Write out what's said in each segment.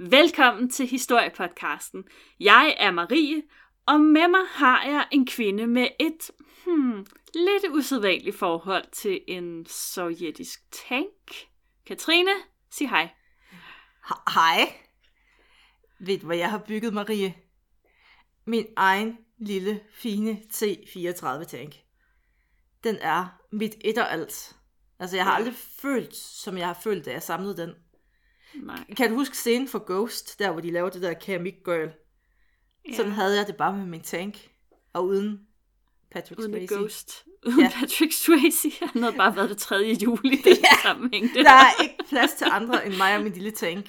Velkommen til Historiepodcasten. Jeg er Marie, og med mig har jeg en kvinde med et lidt usædvanligt forhold til en sovjetisk tank. Katrine, sig hej. Hej. Ved du, hvad jeg har bygget, Marie? Min egen lille, fine T-34-tank. Den er mit et og alt. Altså, jeg har aldrig følt, som jeg har følt, da jeg samlede den. Nej. Kan du huske scenen for Ghost, der hvor de laver det der Keramik Girl? Ja. Sådan havde jeg det bare med min tank, og uden Patrick Swayze. Uden Ghost. Uden Patrick Swayze. Han havde bare været det 3. juli i den sammenhæng. Der er ikke plads til andre end mig og min lille tank.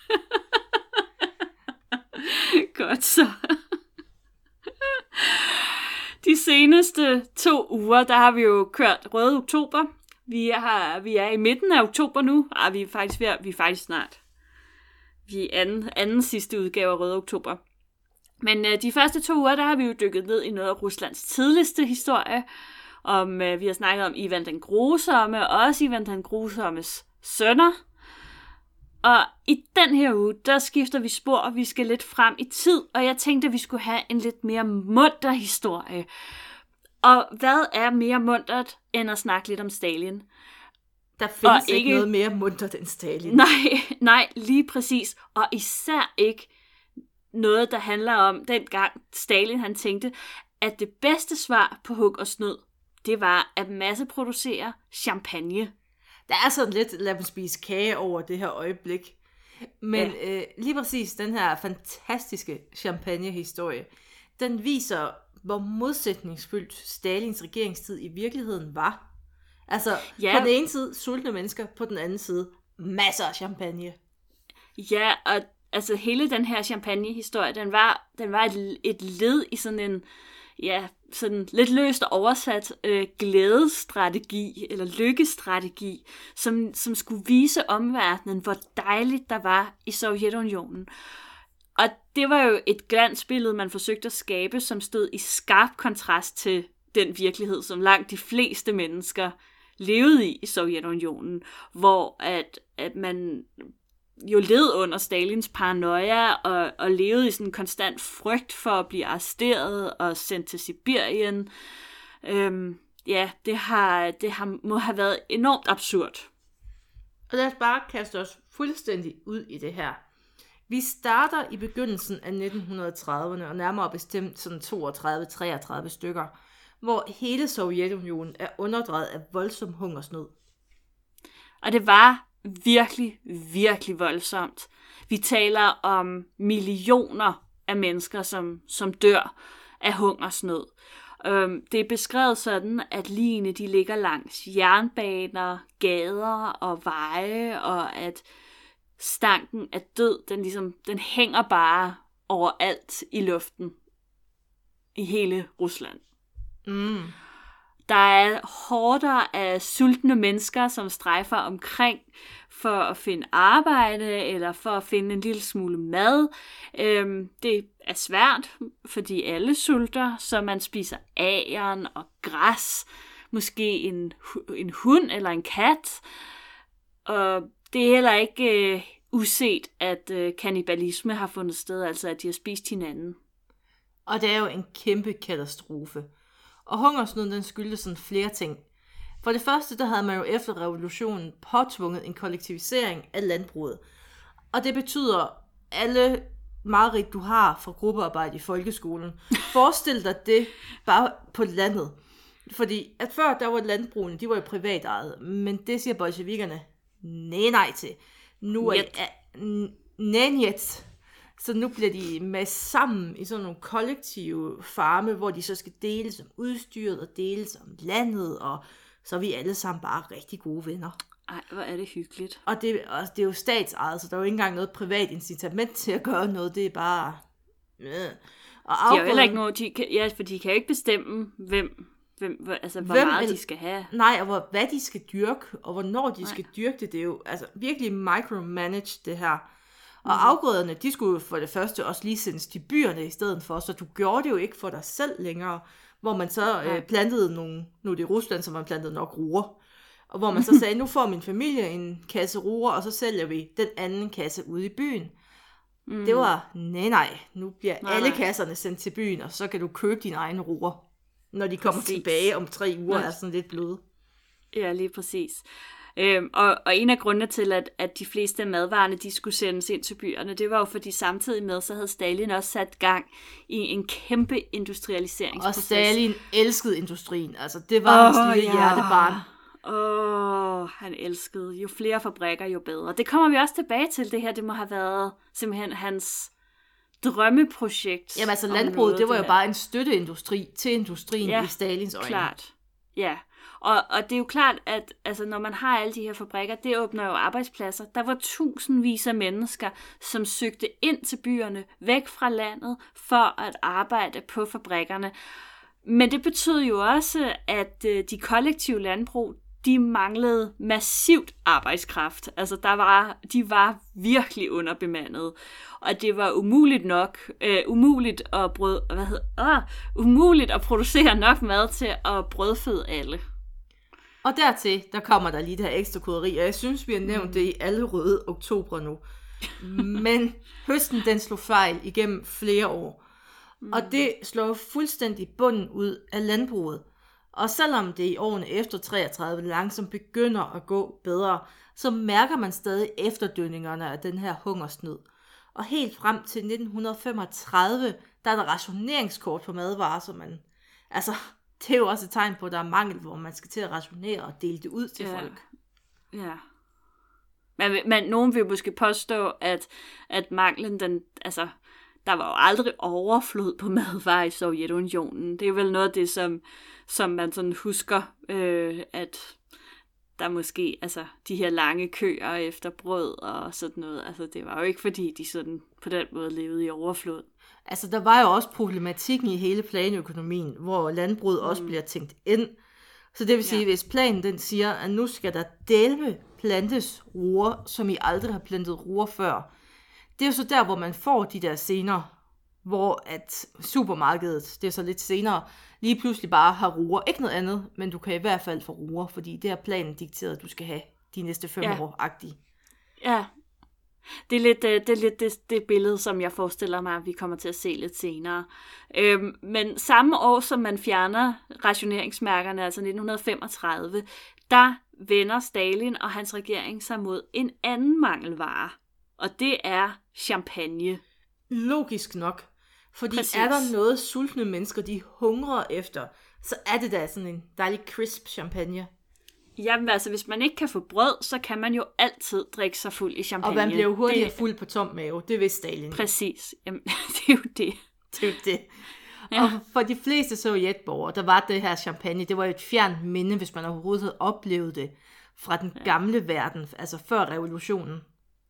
Godt så. De seneste 2 uger, der har vi jo kørt Røde Oktober. Vi er i midten af oktober nu. Vi er faktisk snart. Vi er anden sidste udgave af Røde Oktober. Men de første 2 uger, der har vi jo dykket ned i noget af Ruslands tidligste historie. Vi har snakket om Ivan den Grusomme, og også Ivan den Grusommes sønner. Og i den her uge, der skifter vi spor, og vi skal lidt frem i tid. Og jeg tænkte, at vi skulle have en lidt mere munter historie. Og hvad er mere muntert, end at snakke lidt om Stalin? Der findes ikke noget mere muntert end Stalin. Nej, lige præcis. Og især ikke noget, der handler om dengang Stalin han tænkte, at det bedste svar på hug og snød, det var at masseproducere champagne. Der er sådan lidt lad dem spise kage over det her øjeblik. Men lige præcis den her fantastiske champagnehistorie, den viser, hvor modsætningsfyldt Stalins regeringstid i virkeligheden var. Altså, på den ene side sultne mennesker, på den anden side masser af champagne. Ja, og altså hele den her champagnehistorie, den var et led i sådan en, sådan lidt løst oversat glædestrategi, eller lykkestrategi, som skulle vise omverdenen, hvor dejligt der var i Sovjetunionen. Og det var jo et glansbillede, man forsøgte at skabe, som stod i skarp kontrast til den virkelighed, som langt de fleste mennesker levede i Sovjetunionen, hvor at man jo led under Stalins paranoia og levede i sådan en konstant frygt for at blive arresteret og sendt til Sibirien. Det må have været enormt absurd. Og lad os bare kaste os fuldstændig ud i det her. Vi starter i begyndelsen af 1930'erne, og nærmere bestemt sådan 32-33 stykker, hvor hele Sovjetunionen er underdrejet af voldsom hungersnød. Og det var virkelig, virkelig voldsomt. Vi taler om millioner af mennesker, som dør af hungersnød. Det er beskrevet sådan, at ligene de ligger langs jernbaner, gader og veje, og at stanken af død, den hænger bare overalt i luften i hele Rusland. Der er horder af sultne mennesker, som strejfer omkring for at finde arbejde, eller for at finde en lille smule mad. Det er svært, fordi alle sulter, så man spiser agern og græs, måske en hund eller en kat. Og det er heller ikke uset, at kannibalisme har fundet sted, altså at de har spist hinanden. Og det er jo en kæmpe katastrofe. Og hungersnøden, den skyldtes sådan flere ting. For det første, der havde man jo efter revolutionen påtvunget en kollektivisering af landbruget. Og det betyder, alle mareridt, du har fra gruppearbejde i folkeskolen. Forestil dig det bare på landet. Fordi at før, der var landbrugene, de var jo privatejet. Men det siger bolsjevikerne nej til. Nu er så nu bliver de med sammen i sådan nogle kollektive farme, hvor de så skal deles om udstyret og deles om landet, og så er vi alle sammen bare rigtig gode venner. Ej, hvor er det hyggeligt. Og det er jo statsejet, så der er jo ikke engang noget privat incitament til at gøre noget, det er bare... Og de har jo heller ikke noget, for de kan jo ikke bestemme, hvor meget de skal have. Nej, og hvad de skal dyrke, og hvornår de skal dyrke det, det er jo altså virkelig micromanage det her. Og afgrøderne, de skulle jo for det første også lige sendes til byerne i stedet for, så du gjorde det jo ikke for dig selv længere, hvor man så plantede nogle, nu er det i Rusland, så man plantede nok roer, og hvor man så sagde, nu får min familie en kasse roer, og så sælger vi den anden kasse ude i byen. Det var, nej, nu bliver alle kasserne sendt til byen, og så kan du købe dine egne roer, når de kommer tilbage om 3 uger, er sådan lidt bløde. Ja, lige præcis. Og en af grundene til, at de fleste af madvarerne, de skulle sendes ind til byerne, det var jo fordi samtidig med, så havde Stalin også sat gang i en kæmpe industrialiseringsproces. Og Stalin elskede industrien, altså det var hans lille hjertebarn. Han elskede. Jo flere fabrikker, jo bedre. Det kommer vi også tilbage til, det her. Det må have været simpelthen hans drømmeprojekt. Jamen altså landbruget, det var jo bare en støtteindustri til industrien i Stalins øjne. Klart. Ja, og det er jo klart, at altså, når man har alle de her fabrikker, det åbner jo arbejdspladser. Der var tusindvis af mennesker, som søgte ind til byerne, væk fra landet, for at arbejde på fabrikkerne. Men det betød jo også, at de kollektive landbrug, de manglede massivt arbejdskraft. Altså de var virkelig underbemandede. Og det var umuligt at producere nok mad til at brødføde alle. Og dertil, der kommer der lige det her ekstra krydderi, og jeg synes, vi har nævnt det i alle røde oktober nu. Men høsten, den slog fejl igennem flere år. Og det slår fuldstændig bunden ud af landbruget. Og selvom det i årene efter 33 langsomt begynder at gå bedre, så mærker man stadig efterdønningerne af den her hungersnød. Og helt frem til 1935, der er der rationeringskort på madvarer, så man... Altså, det er jo også et tegn på, at der er mangel, hvor man skal til at rationere og dele det ud til folk. Ja. Men nogen vil måske påstå, at manglen, der var jo aldrig overflod på madvarer i Sovjetunionen. Det er vel noget af det, som man sådan husker, at der måske, de her lange køer efter brød og sådan noget, det var jo ikke fordi, de sådan på den måde levede i overflod. Altså, der var jo også problematikken i hele planøkonomien, hvor landbruget også bliver tænkt ind. Så det vil sige, hvis planen den siger, at nu skal der dælme plantes roer, som I aldrig har plantet roer før. Det er jo så der, hvor man får de der scener, hvor at supermarkedet, det er så lidt senere, lige pludselig bare har roer. Ikke noget andet, men du kan i hvert fald få roer, fordi det er planen dikteret, at du skal have de næste 5 år-agtige. Ja. Det er lidt det billede, som jeg forestiller mig, at vi kommer til at se lidt senere. Men samme år, som man fjerner rationeringsmærkerne, altså 1935, der vender Stalin og hans regering sig mod en anden mangelvare. Og det er champagne. Logisk nok. Fordi er der noget sultne mennesker, de hungrer efter, så er det da sådan en dejlig crisp champagne. Jamen hvis man ikke kan få brød, så kan man jo altid drikke sig fuld i champagne. Og man bliver jo hurtigt fuld på tom mave, det vidste Stalin. Præcis, jamen det er jo det. Det er jo det. Ja. Og for de fleste sovjetborgere, der var det her champagne, det var et fjernt minde, hvis man overhovedet havde oplevet det fra den gamle verden, altså før revolutionen.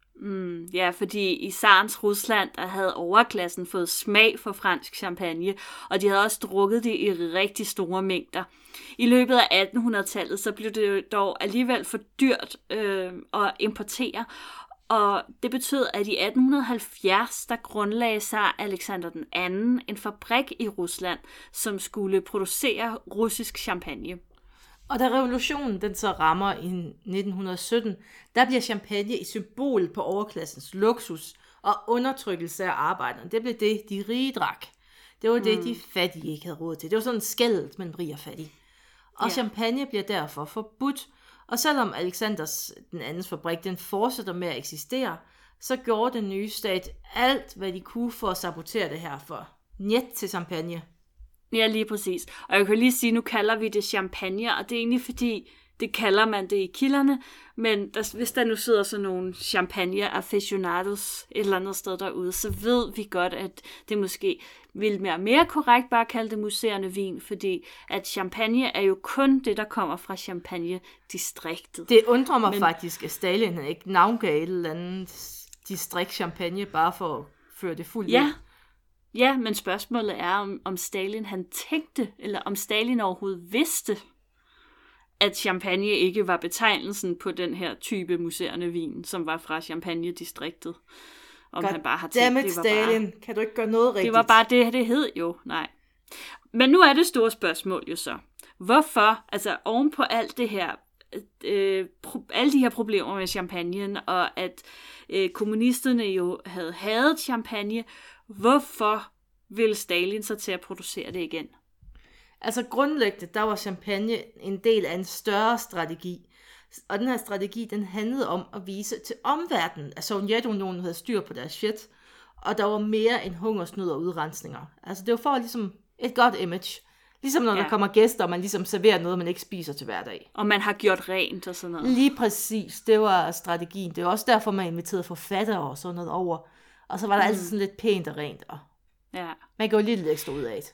Ja, fordi i zarens Rusland, der havde overklassen fået smag for fransk champagne, og de havde også drukket det i rigtig store mængder. I løbet af 1800-tallet, så blev det dog alligevel for dyrt at importere, og det betød, at i 1870, der grundlagde sig Alexander den anden en fabrik i Rusland, som skulle producere russisk champagne. Og da revolutionen den så rammer i 1917, der bliver champagne et symbol på overklassens luksus og undertrykkelse af arbejderne. Det blev det, de rige drak. Det var det, de fattige ikke havde råd til. Det var sådan en skellet mellem rig og fattig. Og champagne bliver derfor forbudt. Og selvom Alexanders den andens fabrik, den fortsætter med at eksistere, så gjorde den nye stat alt, hvad de kunne for at sabotere det her for njet til champagne. Ja, lige præcis. Og jeg kan lige sige, nu kalder vi det champagne, og det er egentlig fordi, det kalder man det i kilderne, men hvis der nu sidder sådan nogle champagne aficionados et eller andet sted derude, så ved vi godt, at det måske vil være mere korrekt bare at kalde det museerne vin, fordi at champagne er jo kun det, der kommer fra Champagne-distriktet. Det undrer mig faktisk, at Stalin ikke navngav et eller andet distrikt champagne, bare for at føre det fuldt ud. Ja, men spørgsmålet er, om Stalin han tænkte, eller om Stalin overhovedet vidste, at champagne ikke var betegnelsen på den her type museerne vin, som var fra Champagne-distriktet. Om han bare har tænkt, det var Stalin, bare... kan du ikke gøre noget rigtigt? Det var bare det hed jo, nej. Men nu er det store spørgsmål jo så. Hvorfor, oven på alt det her alle de her problemer med champagnen, og at kommunisterne jo havde hadet champagne, hvorfor ville Stalin så til at producere det igen? Altså grundlæggende, der var champagne en del af en større strategi. Og den her strategi, den handlede om at vise til omverdenen, at Sovjetunionen havde styr på deres shit, og der var mere end hungersnød og udrensninger. Altså det var for ligesom et godt image. Ligesom når der kommer gæster, og man ligesom serverer noget, man ikke spiser til hverdag. Og man har gjort rent og sådan noget. Lige præcis, det var strategien. Det var også derfor, man inviterede forfattere og sådan noget over. Og så var der altid sådan lidt pænt og rent. Og man gjorde lidt ekstra ud af det.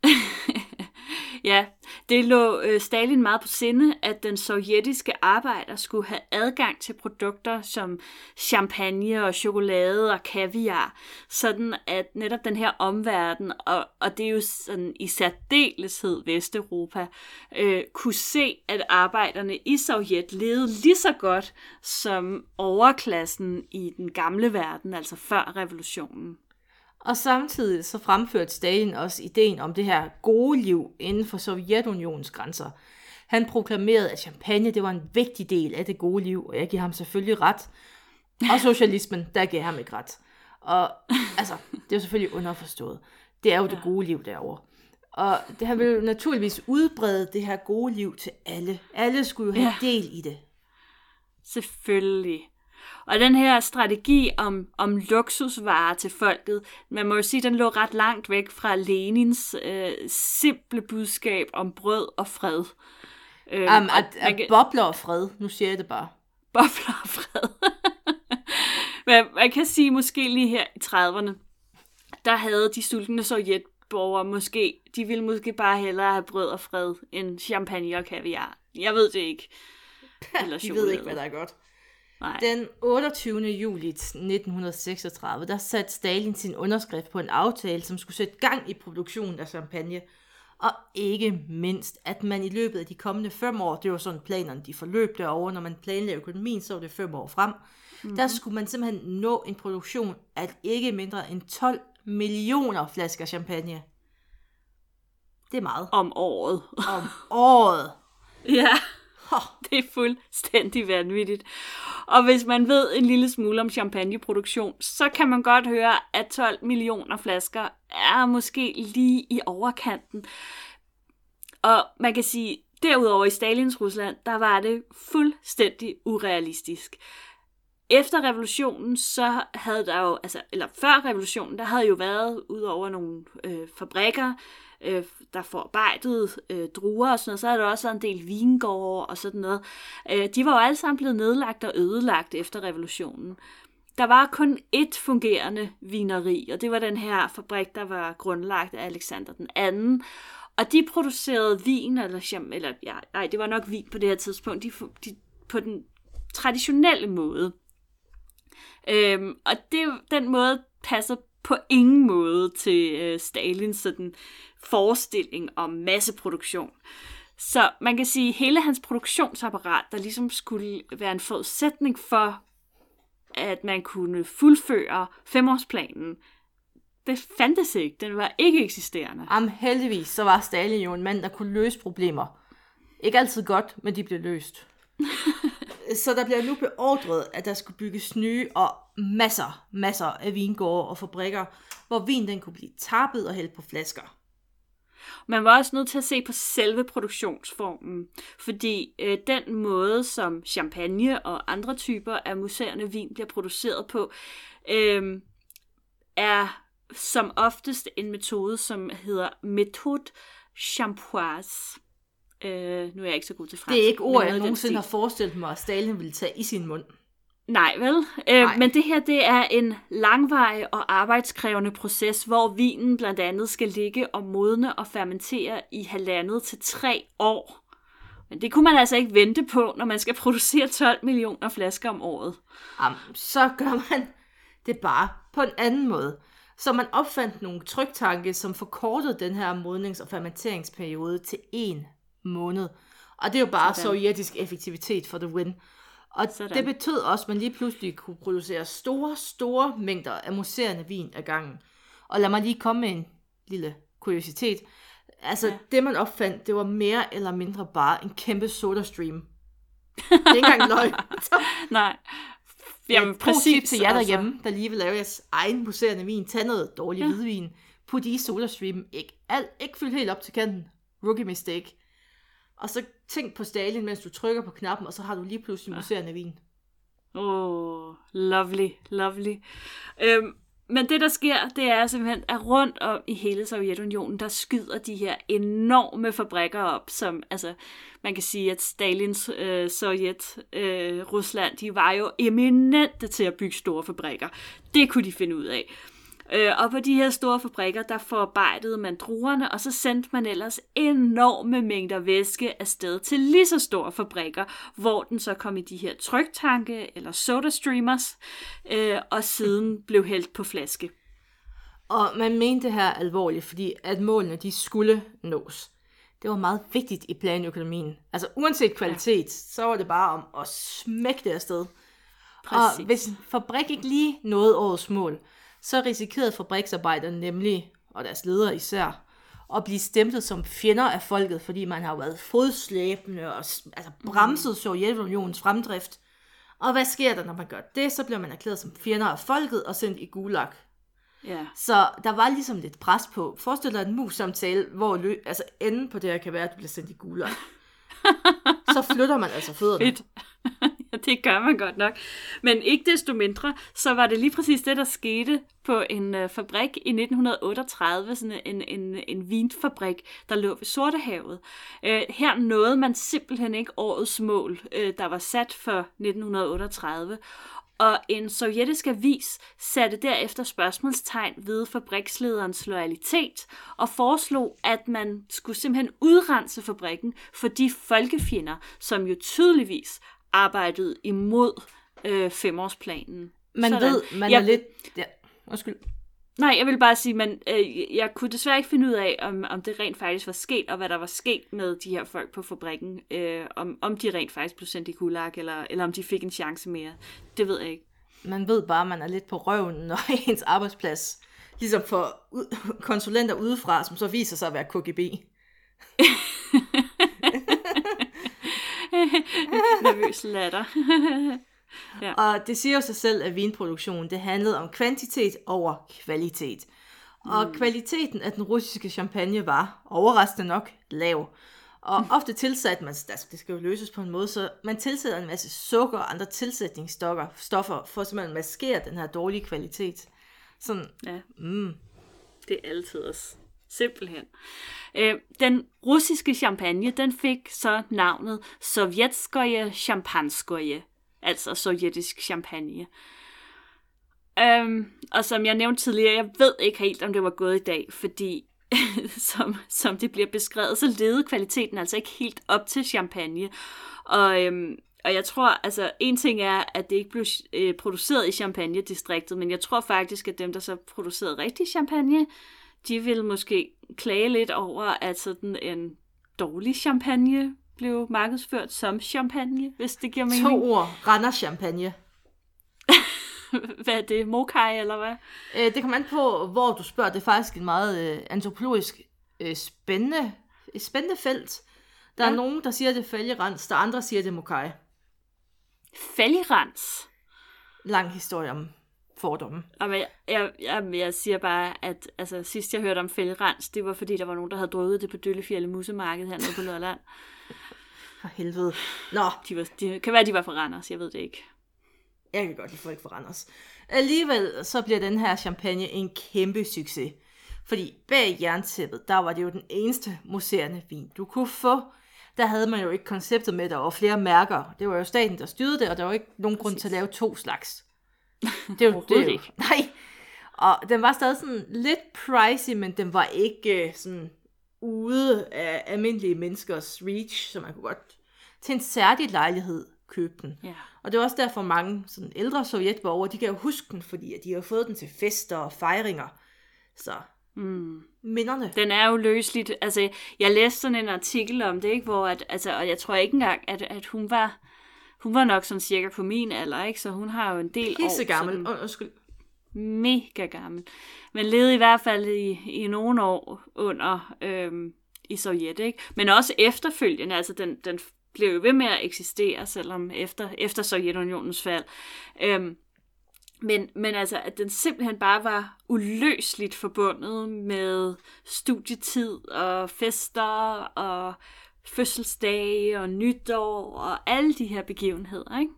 Ja, det lå Stalin meget på sinde, at den sovjetiske arbejder skulle have adgang til produkter som champagne og chokolade og kaviar, sådan at netop den her omverden, og det er jo sådan i særdeleshed Vesteuropa, kunne se, at arbejderne i Sovjet levede lige så godt som overklassen i den gamle verden, altså før revolutionen. Og samtidig så fremførte Stalin også ideen om det her gode liv inden for Sovjetunionens grænser. Han proklamerede, at champagne det var en vigtig del af det gode liv, og jeg giver ham selvfølgelig ret. Og socialismen, der giver ham ikke ret. Og altså, det er jo selvfølgelig underforstået. Det er jo det gode liv derovre. Og det han ville jo naturligvis udbrede det her gode liv til alle. Alle skulle jo have del i det. Selvfølgelig. Og den her strategi om luksusvarer til folket, man må jo sige, den lå ret langt væk fra Lenins simple budskab om brød og fred. Bobler og fred, nu siger jeg det bare. Bobler og fred. Men man kan sige, måske lige her i 30'erne, der havde de sultne sovjetborgere måske, de ville måske bare hellere have brød og fred end champagne og kaviar. Jeg ved det ikke. Eller de ved ikke, hvad der er godt. Nej. Den 28. juli 1936, der satte Stalin sin underskrift på en aftale, som skulle sætte gang i produktionen af champagne. Og ikke mindst, at man i løbet af de kommende 5 år, det var sådan planerne, de forløb derovre, når man planlagde økonomien, så var det 5 år frem, der skulle man simpelthen nå en produktion af ikke mindre end 12 millioner flasker champagne. Det er meget. Om året. Om året. Ja. Det er fuldstændig vanvittigt. Og hvis man ved en lille smule om champagneproduktion, så kan man godt høre, at 12 millioner flasker er måske lige i overkanten. Og man kan sige, derudover i Stalins Rusland, der var det fuldstændig urealistisk. Efter revolutionen, så havde der jo, eller før revolutionen, der havde jo været ud over nogle fabrikker, der forarbejdede druer og sådan noget, så havde der også været en del vingårde og sådan noget. De var jo alle sammen blevet nedlagt og ødelagt efter revolutionen. Der var kun ét fungerende vineri, og det var den her fabrik, der var grundlagt af Alexander den anden. Og de producerede vin, det var nok vin på det her tidspunkt, de på den traditionelle måde. Og den måde passer på ingen måde til Stalins sådan forestilling om masseproduktion. Så man kan sige, at hele hans produktionsapparat, der ligesom skulle være en forudsætning for, at man kunne fuldføre 5-årsplanen, det fandtes ikke. Den var ikke eksisterende. Jamen heldigvis, så var Stalin jo en mand, der kunne løse problemer. Ikke altid godt, men de blev løst. Så der bliver nu beordret, at der skulle bygges nye og masser af vingårde og fabrikker, hvor vin den kunne blive tappet og hældt på flasker. Man var også nødt til at se på selve produktionsformen, fordi den måde, som champagne og andre typer af musserende vin bliver produceret på, er som oftest en metode, som hedder méthode champoise. Nu er jeg ikke så god til fransk. Det er ikke ord, jeg nogensinde har forestillet mig, at Stalin ville tage i sin mund. Nej, vel? Nej. Men det her, det er en langvarig og arbejdskrævende proces, hvor vinen blandt andet skal ligge og modne og fermentere i 1,5 til 3 år. Men det kunne man altså ikke vente på, når man skal producere 12 millioner flasker om året. Jamen, så gør man det bare på en anden måde. Så man opfandt nogle tryktanke, som forkortede den her modnings- og fermenteringsperiode til 1 måned. Og det er jo bare sovjetisk effektivitet for the win. Og det betød også, at man lige pludselig kunne producere store mængder af mousserende vin ad gangen. Og lad mig lige komme med en lille kuriositet. Altså, det man opfandt, det var mere eller mindre bare en kæmpe sodastream. Det er ikke engang løgn. Nej. Jamen, præcis til jer derhjemme, der lige vil lave jeres egen muserende vin. Tag noget dårlig hvidvin. Put i SodaStream. Ikke fyldt helt op til kanten. Rookie mistake. Og så tænk på Stalin, mens du trykker på knappen, og så har du lige pludselig muserende vin. Lovely, lovely. Men det, der sker, det er simpelthen, at rundt om i hele Sovjetunionen, der skyder de her enorme fabrikker op, som, altså, man kan sige, at Stalins Rusland, de var jo eminente til at bygge store fabrikker. Det kunne de finde ud af. Og på de her store fabrikker, der forarbejdede man druerne, og så sendte man ellers enorme mængder væske afsted til lige så store fabrikker, hvor den så kom i de her tryktanke eller SodaStreamers, og siden blev hældt på flaske. Og man mente det her alvorligt, fordi at målene, de skulle nås. Det var meget vigtigt i planøkonomien. Altså uanset kvalitet, så var det bare om at smække det afsted. Præcis. Og hvis en fabrik ikke lige nåede årets mål, så risikerede fabriksarbejderne nemlig, og deres ledere især, at blive stemplet som fjender af folket, fordi man har været fodslæbende og bremset Sovjetunionens fremdrift. Og hvad sker der, når man gør det? Så bliver man erklæret som fjender af folket og sendt i gulag. Yeah. Så der var ligesom lidt pres på. Forestil dig en mus-samtale, hvor enden på det her kan være, at du bliver sendt i gulag. Så flytter man altså fødderne. Fedt. Ja, det gør man godt nok. Men ikke desto mindre, så var det lige præcis det, der skete på en fabrik i 1938, sådan en vinfabrik, der lå ved Sortehavet. Her nåede man simpelthen ikke årets mål, der var sat for 1938. Og en sovjetisk avis satte derefter spørgsmålstegn ved fabrikslederens loyalitet og foreslog, at man skulle simpelthen udrense fabrikken for de folkefjender, som jo tydeligvis arbejdede imod 5-årsplanen. Man ved, man er lidt... Ja, undskyld. Nej, jeg vil bare sige, men jeg kunne desværre ikke finde ud af, om det rent faktisk var sket, og hvad der var sket med de her folk på fabrikken. Om de rent faktisk blev sendt i gulag, eller om de fik en chance mere. Det ved jeg ikke. Man ved bare, at man er lidt på røven, når ens arbejdsplads, ligesom for konsulenter udefra, som så viser sig at være KGB. Nervøs latter. Ja. Og det siger jo sig selv, at vinproduktion, det handlede om kvantitet over kvalitet. Og kvaliteten af den russiske champagne var, overraskende nok, lav. Og ofte tilsatte man, altså det skal jo løses på en måde, så man tilsætter en masse sukker og andre tilsætningsstoffer, for simpelthen at maskere den her dårlige kvalitet. Sådan, ja. Det er altid også. Simpelthen. Den russiske champagne, den fik så navnet Sovjetskoje Champanskoje, altså sovjetisk champagne. Og som jeg nævnte tidligere, jeg ved ikke helt, om det var gået i dag, fordi som det bliver beskrevet, så levede kvaliteten altså ikke helt op til champagne. Og jeg tror, altså en ting er, at det ikke blev produceret i Champagne-distriktet, men jeg tror faktisk, at dem, der så producerede rigtig champagne, de ville måske klage lidt over, at sådan en dårlig champagne blev markedsført som champagne, hvis det giver mening. 2 ord. Randers champagne. Hvad er det? Mokai, eller hvad? Det kommer an på, hvor du spørger. Det er faktisk en meget antropologisk spændende felt. Der er nogen, der siger, det er fælgerens, der andre siger, det er Mokai. Fælgerens? Lang historie om fordomme. Jeg siger bare, at altså, sidst jeg hørte om fælgerens, det var fordi, der var nogen, der havde drukket det på Døllefjælde Musemarked hernede på Lolland. For helvede. Nå. Det kan være, de var fra Randers, jeg ved det ikke. Jeg kan godt lide folk fra Randers. Alligevel så bliver den her champagne en kæmpe succes. Fordi bag jerntæppet, der var det jo den eneste mousserende vin, du kunne få. Der havde man jo ikke konceptet med, der var flere mærker. Det var jo staten, der styrede det, og der var ikke nogen grund til at lave 2 slags. Det var det ikke. Nej. Og den var stadig sådan lidt pricey, men den var ikke sådan ude af almindelige menneskers reach, så man kunne godt til en særlig lejlighed købe den. Ja. Og det var også derfor mange sådan ældre sovjetborgere, de kan jo huske den, fordi at de har fået den til fester og fejringer. Så minderne. Den er jo løsligt. Altså, jeg læste sådan en artikel om det, ikke, hvor og jeg tror ikke engang, at hun var nok sådan cirka på min alder, ikke? Så hun har jo en del år. Pissegammel. Undskyld. Mega gammel. Men levede i hvert fald i nogle år under i Sovjet, ikke? Men også efterfølgende, altså den blev jo ved med at eksistere, selvom efter Sovjetunionens fald. Men altså, at den simpelthen bare var uløseligt forbundet med studietid og fester og fødselsdage og nytår og alle de her begivenheder, ikke?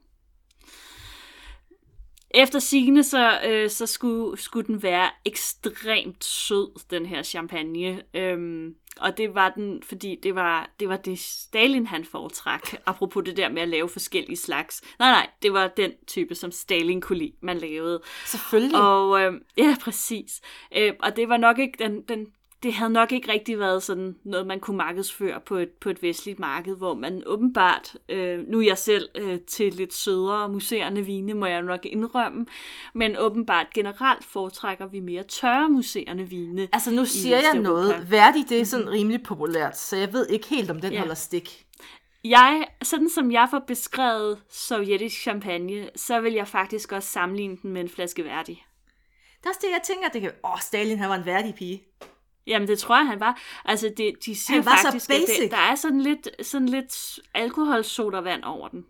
Efter sigende, så skulle den være ekstremt sød, den her champagne. Og det var den, fordi det var det Stalin, han foretrak. Apropos det der med at lave forskellige slags. Nej, det var den type, som Stalin kunne lide, man lavede. Selvfølgelig. Og ja, præcis. Og det var nok ikke det havde nok ikke rigtig været sådan noget, man kunne markedsføre på et vestligt marked, hvor man åbenbart, nu er jeg selv til lidt sødere museerne vine, må jeg nok indrømme, men åbenbart generelt foretrækker vi mere tørre museerne vine. Altså nu siger jeg noget. Værdig, det er sådan rimelig populært, så jeg ved ikke helt, om den holder stik. Sådan som jeg får beskrevet sovjetisk champagne, så vil jeg faktisk også sammenligne den med en flaske Værdig. Der er det, jeg tænker, Stalin, han var en værdig pige. Jamen, det tror jeg, han var. Altså, de siger faktisk, at der er sådan lidt alkoholsodavand over den.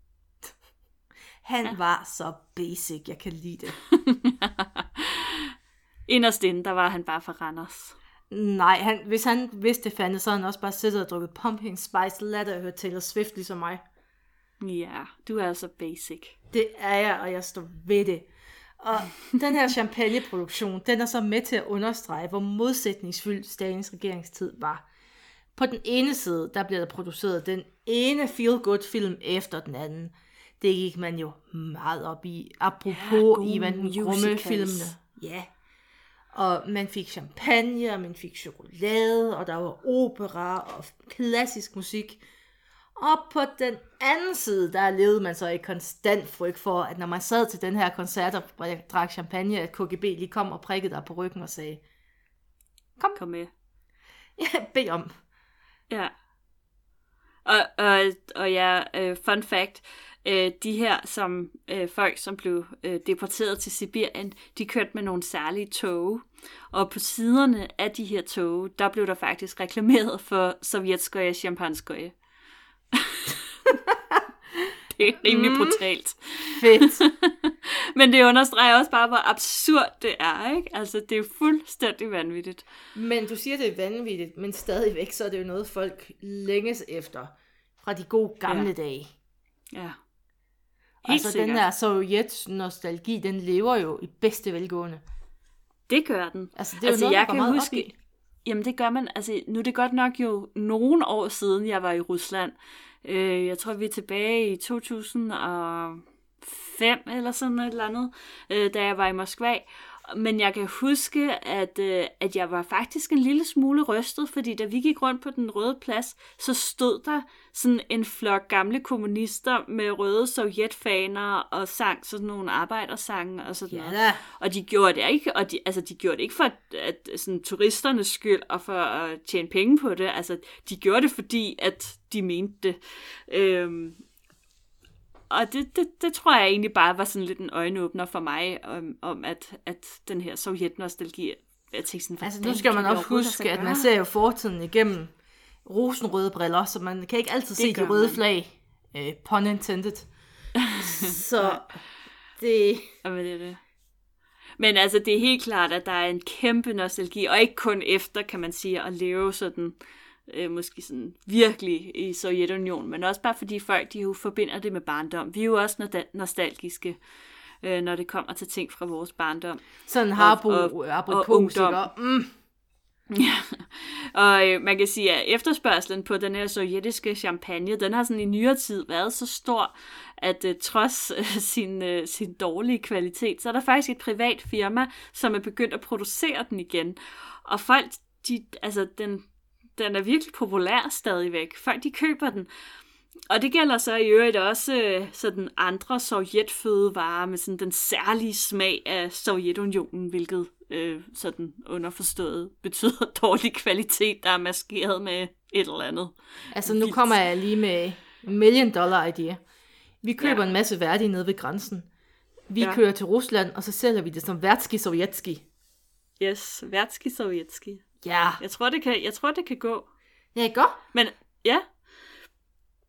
Han var så basic, jeg kan lide det. Inderst inde, der var han bare for Randers. Nej, hvis han vidste det fandtes, så havde han også bare siddet og drukket pumpkin spice latte og hørt Taylor Swift ligesom mig. Ja, du er så basic. Det er jeg, og jeg står ved det. Og den her champagneproduktion, den er så med til at understrege, hvor modsætningsfyldt Stalins regeringstid var. På den ene side, der bliver der produceret den ene feel-good-film efter den anden. Det gik man jo meget op i. Apropos Ivan den Grumme-filmene. Ja. Og man fik champagne, og man fik chokolade, og der var opera og klassisk musik. Og på den anden side, der levede man så i konstant frygt for, at når man sad til den her koncert og drak champagne, at KGB lige kom og prikkede dig på ryggen og sagde, kom med. Ja, bed om. Ja. Og ja, fun fact, de her folk, som blev deporteret til Sibirien, de kørte med nogle særlige tog. Og på siderne af de her tog, der blev der faktisk reklameret for sovjetskoje champanskoje. Det er rimelig brutalt. Fedt. Men det understreger også bare, hvor absurd det er, ikke? Altså, det er jo fuldstændig vanvittigt. Men du siger, det er vanvittigt, men stadigvæk, så er det jo noget, folk længes efter fra de gode gamle dage. Ja. Helt altså, sikkert. Den der sovjet-nostalgi, den lever jo i bedste velgående. Det gør den. Altså, det er jo noget, jeg kan huske. Jamen, det gør man. Altså, nu er det godt nok jo nogle år siden, jeg var i Rusland. Jeg tror, vi er tilbage i 2005 eller sådan et eller andet, da jeg var i Moskva. Men jeg kan huske, at jeg var faktisk en lille smule rystet, fordi da vi gik rundt på den Røde Plads, så stod der sådan en flok gamle kommunister med røde sovjetfaner og sang sådan nogle arbejdersange og sådan noget. Og de gjorde det ikke, og de gjorde det ikke for at sådan turisternes skyld og for at tjene penge på det. Altså, de gjorde det, fordi at de mente det. Og det tror jeg egentlig bare var sådan lidt en øjenåbner for mig, om at den her sovjetnostalgi, jeg tænkte sådan, altså nu skal man også huske, at man ser jo fortiden igennem rosenrøde briller, så man kan ikke altid se de røde flag, pun intended. Så det... Jamen, det er det. Men altså, det er helt klart, at der er en kæmpe nostalgi, og ikke kun efter, kan man sige, at leve sådan... måske sådan virkelig i Sovjetunionen, men også bare fordi folk, de jo forbinder det med barndom. Vi er jo også nostalgiske, når det kommer til ting fra vores barndom. Sådan apropos ungdom. Ja, og man kan sige, at efterspørgselen på den her sovjetiske champagne, den har sådan i nyere tid været så stor, at trods sin dårlige kvalitet, så er der faktisk et privat firma, som er begyndt at producere den igen. Og folk, den er virkelig populær stadigvæk. Folk, de køber den. Og det gælder så i øvrigt også sådan andre sovjetfødevarer med sådan den særlige smag af Sovjetunionen, hvilket sådan underforstået betyder dårlig kvalitet, der er maskeret med et eller andet. Altså nu kommer jeg lige med $1 million idea. Vi køber en masse Værdig nede ved grænsen. Vi kører til Rusland, og så sælger vi det som Værtski Sovjetski. Yes, Værtski Sovjetski. Ja. Jeg tror, det kan gå. Ja, ikke godt? Men ja.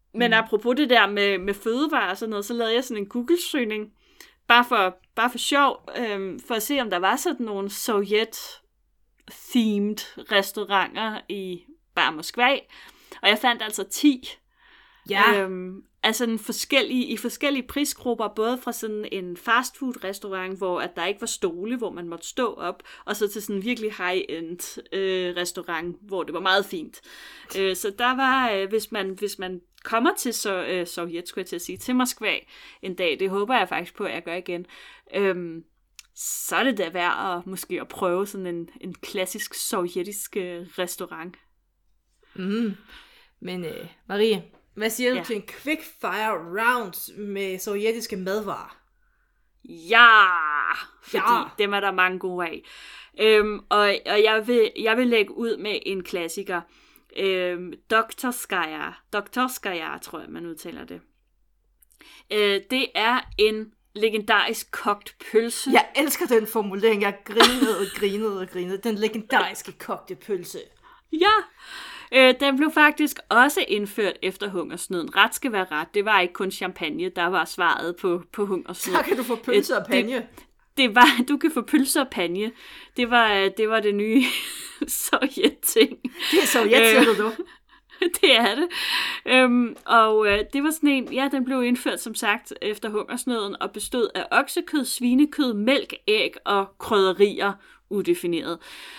Men apropos det der med fødevarer og sådan noget, så lavede jeg sådan en Google-søgning, bare for sjov, for at se, om der var sådan nogle Sovjet-themed restauranter i bare Moskva. Og jeg fandt altså 10. Ja. Altså i forskellige prisgrupper, både fra sådan en fastfood-restaurant, hvor at der ikke var stole, hvor man måtte stå op, og så til sådan en virkelig high-end restaurant, hvor det var meget fint. Så der var, hvis man kommer til Sovjet, skulle jeg til at sige, til Moskva en dag, det håber jeg faktisk på, at jeg gør igen, så er det da værd at måske at prøve sådan en klassisk sovjetisk restaurant. Men Marie, hvad siger du til en quickfire round med sovjetiske madvarer? Ja, fordi dem er der mange gode af. Og jeg vil lægge ud med en klassiker. Doktorskaja, tror jeg, man udtaler det. Det er en legendarisk kogt pølse. Jeg elsker den formulering. Jeg grinede. Den legendariske kogte pølse. Ja, den blev faktisk også indført efter hungersnøden. Ret skal være ret. Det var ikke kun champagne, der var svaret på hungersnød. Så kan du få pølse og panje. Du kan få pølse og panje. Det var det nye Sovjet-ting. Det er Sovjet, siger du. Det er det. Det var sådan en, den blev indført som sagt efter hungersnøden og bestod af oksekød, svinekød, mælk, æg og krydderier, udefineret.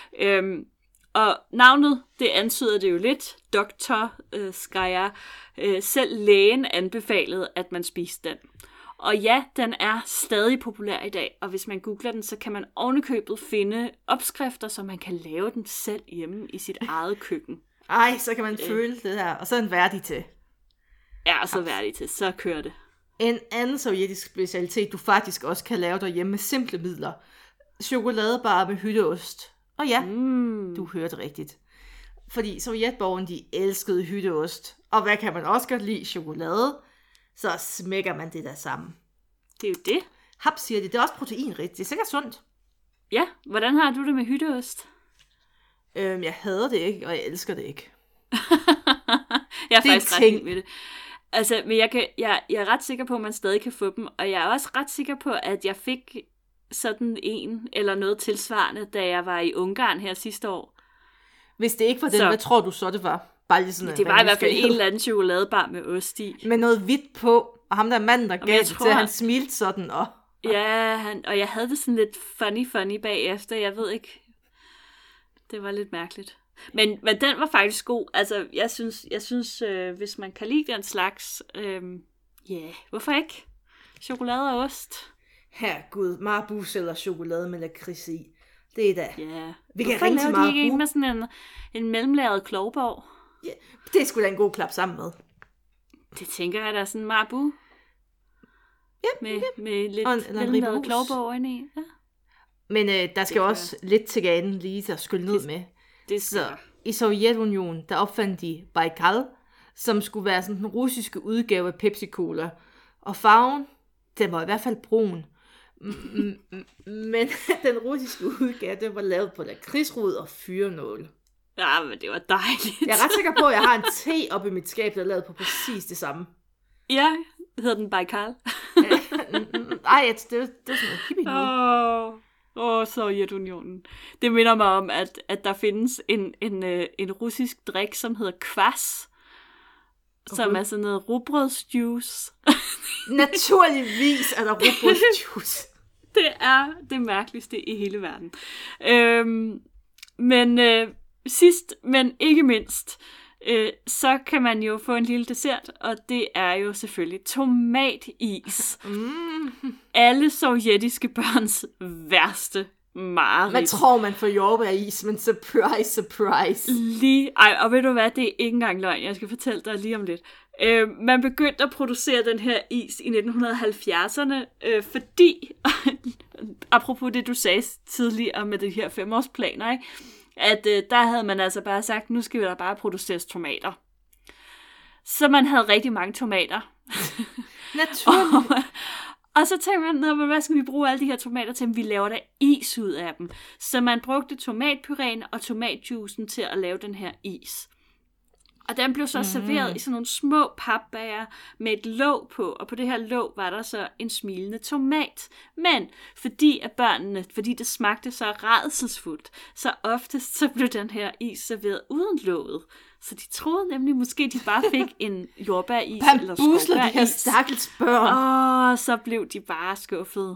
Og navnet, det antyder det jo lidt. Doktorskaja. Selv lægen anbefalede, at man spiste den. Og ja, den er stadig populær i dag, og hvis man googler den, så kan man ovenikøbet finde opskrifter, så man kan lave den selv hjemme i sit eget køkken. Ej, så kan man føle det her, og så en værdig til. Ja, så værdig til, så kører det. En anden sovjetisk specialitet, du faktisk også kan lave derhjemme med simple midler. Chokoladebar med hytteost. Og ja, du hørte rigtigt. Fordi sovjetborgerne, de elskede hytteost. Og hvad kan man også godt lide? Chokolade. Så smækker man det der sammen. Det er jo det. Haps siger det. Det er også proteinrigt. Det er sikkert sundt. Ja, hvordan har du det med hytteost? Jeg hader det ikke, og jeg elsker det ikke. Jeg er faktisk ret vild med det. Altså, men jeg er ret sikker på, at man stadig kan få dem. Og jeg er også ret sikker på, at jeg fik sådan en eller noget tilsvarende, da jeg var i Ungarn her sidste år. Hvis det ikke var den, hvad tror du så det var? Bare lige sådan det var i hvert fald en eller anden chokoladebar med ost i. Med noget hvidt på, og ham der manden, der gav det til, han smilte sådan. Ja, og jeg havde det sådan lidt funny bagefter, jeg ved ikke. Det var lidt mærkeligt. Men den var faktisk god. Altså, jeg synes hvis man kan lide den slags, hvorfor ikke? Chokolade og ost. Herregud, Marabu sælger chokolade med lakrids i. Det er da. Ja. Vi kan ringe til Marabu. Hvorfor laver de ikke med sådan en mellemlaget klovborg? Ja, det skulle da en god klap sammen med. Det tænker jeg da sådan Marabu. Ja, med lidt mellemlaget klovborg indeni. Ja. Men der skal også lidt til gaden lige til at skylle ned med. Så i Sovjetunionen, der opfandt de Baikal, som skulle være sådan den russiske udgave af Pepsi-Cola. Og farven, den var i hvert fald brun. Men den russiske udgave, den var lavet på lakridsrod og fyrenål. Ja, men det var dejligt. Jeg er ret sikker på, at jeg har en te oppe i mit skab, der er lavet på præcis det samme. Ja, hedder den Baikal. Nej, det er sådan noget hippie. Sovjetunionen. Det minder mig om, at der findes en russisk drik, som hedder kvass, som er sådan noget rugbrødsjuice. Naturligvis er der rugbrødsjuice. Det er det mærkeligste i hele verden. Men sidst, men ikke mindst, så kan man jo få en lille dessert, og det er jo selvfølgelig tomatis. Alle sovjetiske børns værste mareridt. Man tror, man får jordbæris, men surprise. Og ved du hvad, det er ikke engang løgn, jeg skal fortælle dig lige om lidt. Man begyndte at producere den her is i 1970'erne, fordi, apropos det du sagde tidligere med de her 5-årsplaner, ikke? At der havde man altså bare sagt, nu skal vi da bare producere tomater. Så man havde rigtig mange tomater. Naturligt. Og så tænkte man, hvad skal vi bruge alle de her tomater til? Vi laver da is ud af dem. Så man brugte tomatpyréen og tomatjuicen til at lave den her is. Og den blev så serveret i sådan nogle små papbager med et låg på, og på det her låg var der så en smilende tomat. Men fordi det smagte så rædselsfuldt, så oftest så blev den her is serveret uden låget. Så de troede nemlig måske, de bare fik en jordbæris eller skovbæris. de her stakkels børn. Så blev de bare skuffet.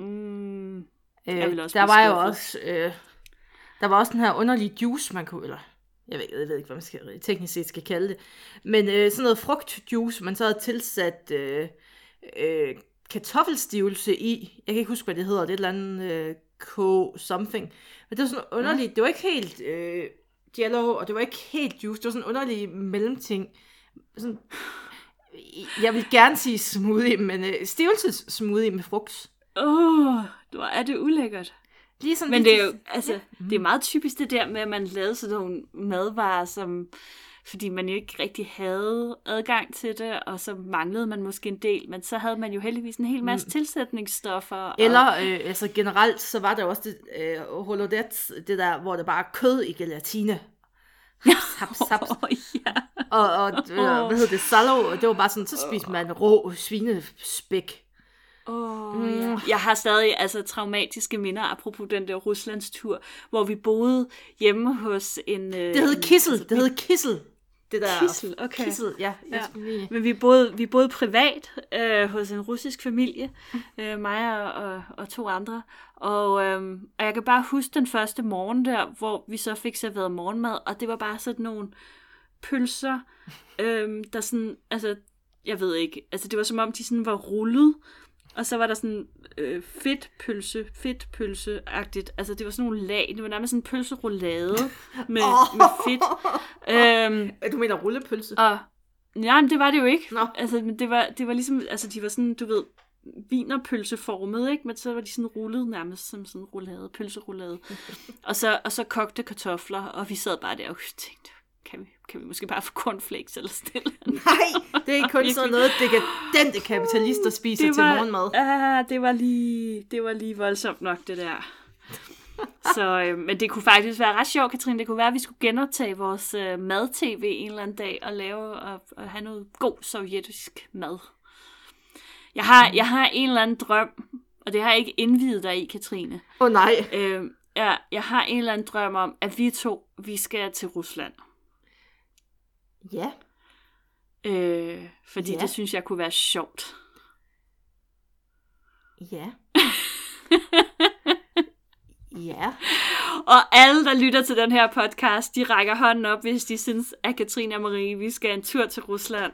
Der var jo også, der var også den her underlige juice, man kunne, eller jeg ved ikke, hvad man skal, teknisk set skal kalde det, men sådan noget frugtjuice, man så havde tilsat kartoffelstivelse i. Jeg kan ikke huske, hvad det hedder. Det er et eller andet something. Men det var sådan underligt. Det var ikke helt jello, og det var ikke helt juice. Det var sådan en underlig mellemting. Sådan, jeg vil gerne sige smoothie, men stivelsessmoothie med frugt. Er det ulækkert. Ligesom men det er jo, altså, det er meget typisk det der med, at man lavede sådan nogle madvarer, som, fordi man jo ikke rigtig havde adgang til det, og så manglede man måske en del, men så havde man jo heldigvis en hel masse tilsætningsstoffer. Eller, altså generelt, så var der også det holodet, det der, hvor der bare er kød i gelatine. Haps. Ja. Og hvad hedder det, salo, det var bare sådan, så spiste man rå svinespæk. Ja. Jeg har stadig traumatiske minder apropos den der Ruslandstur, hvor vi boede hjemme hos en... Det hed Kissel. Det der Kissel, okay. Kissel, ja. Men vi boede privat hos en russisk familie, mig og 2 andre, og jeg kan bare huske den første morgen der, hvor vi så fik serveret morgenmad, og det var bare sådan nogle pølser, der sådan, altså, jeg ved ikke, altså det var som om de sådan var rullet. Og så var der sådan fedtpølse-agtigt. Altså, det var sådan nogle lag. Det var nærmest sådan en pølseroulade med fedt. Du mener rullepølse? Nej, men det var det jo ikke. No. Altså, men det var ligesom, altså, de var sådan, du ved, wienerpølseformet, ikke? Men så var de sådan rullet nærmest som sådan roulade, pølseroulade. og så kogte kartofler, og vi sad bare der og tænkte, kan vi måske bare få cornflakes eller stille? Nej, det er kun sådan noget, dekadente kapitalister spiser til morgenmad. Det var lige voldsomt nok, det der. Så, men det kunne faktisk være ret sjovt, Katrine. Det kunne være, at vi skulle genoptage vores mad-tv en eller anden dag og lave og have noget god sovjetisk mad. Jeg har en eller anden drøm, og det har jeg ikke indviet dig i, Katrine. Nej. Jeg har en eller anden drøm om, at vi skal til Rusland. Ja. Fordi det synes jeg kunne være sjovt. Ja. Ja. Og alle, der lytter til den her podcast, de rækker hånden op, hvis de synes, at Katrine og Marie, vi skal en tur til Rusland.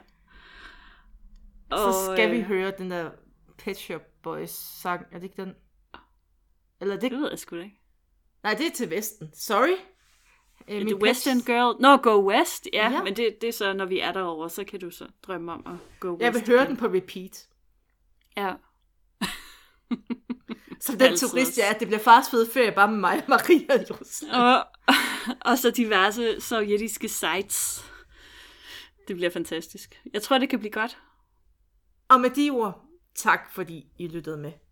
Så skal vi høre den der Pet Shop Boys sang. Er det ikke den? Eller det ved jeg sgu da ikke. Nej, det er til Vesten. Sorry. The Western Girl. No, Go West. Ja, men det er så, når vi er derovre, så kan du så drømme om at go west. Jeg vil høre den på repeat. Ja. Så den turist, at det bliver fars fede ferie bare med mig og Maria i Rusland. Og så diverse sovjetiske sites. Det bliver fantastisk. Jeg tror, det kan blive godt. Og med de ord, tak fordi I lyttede med.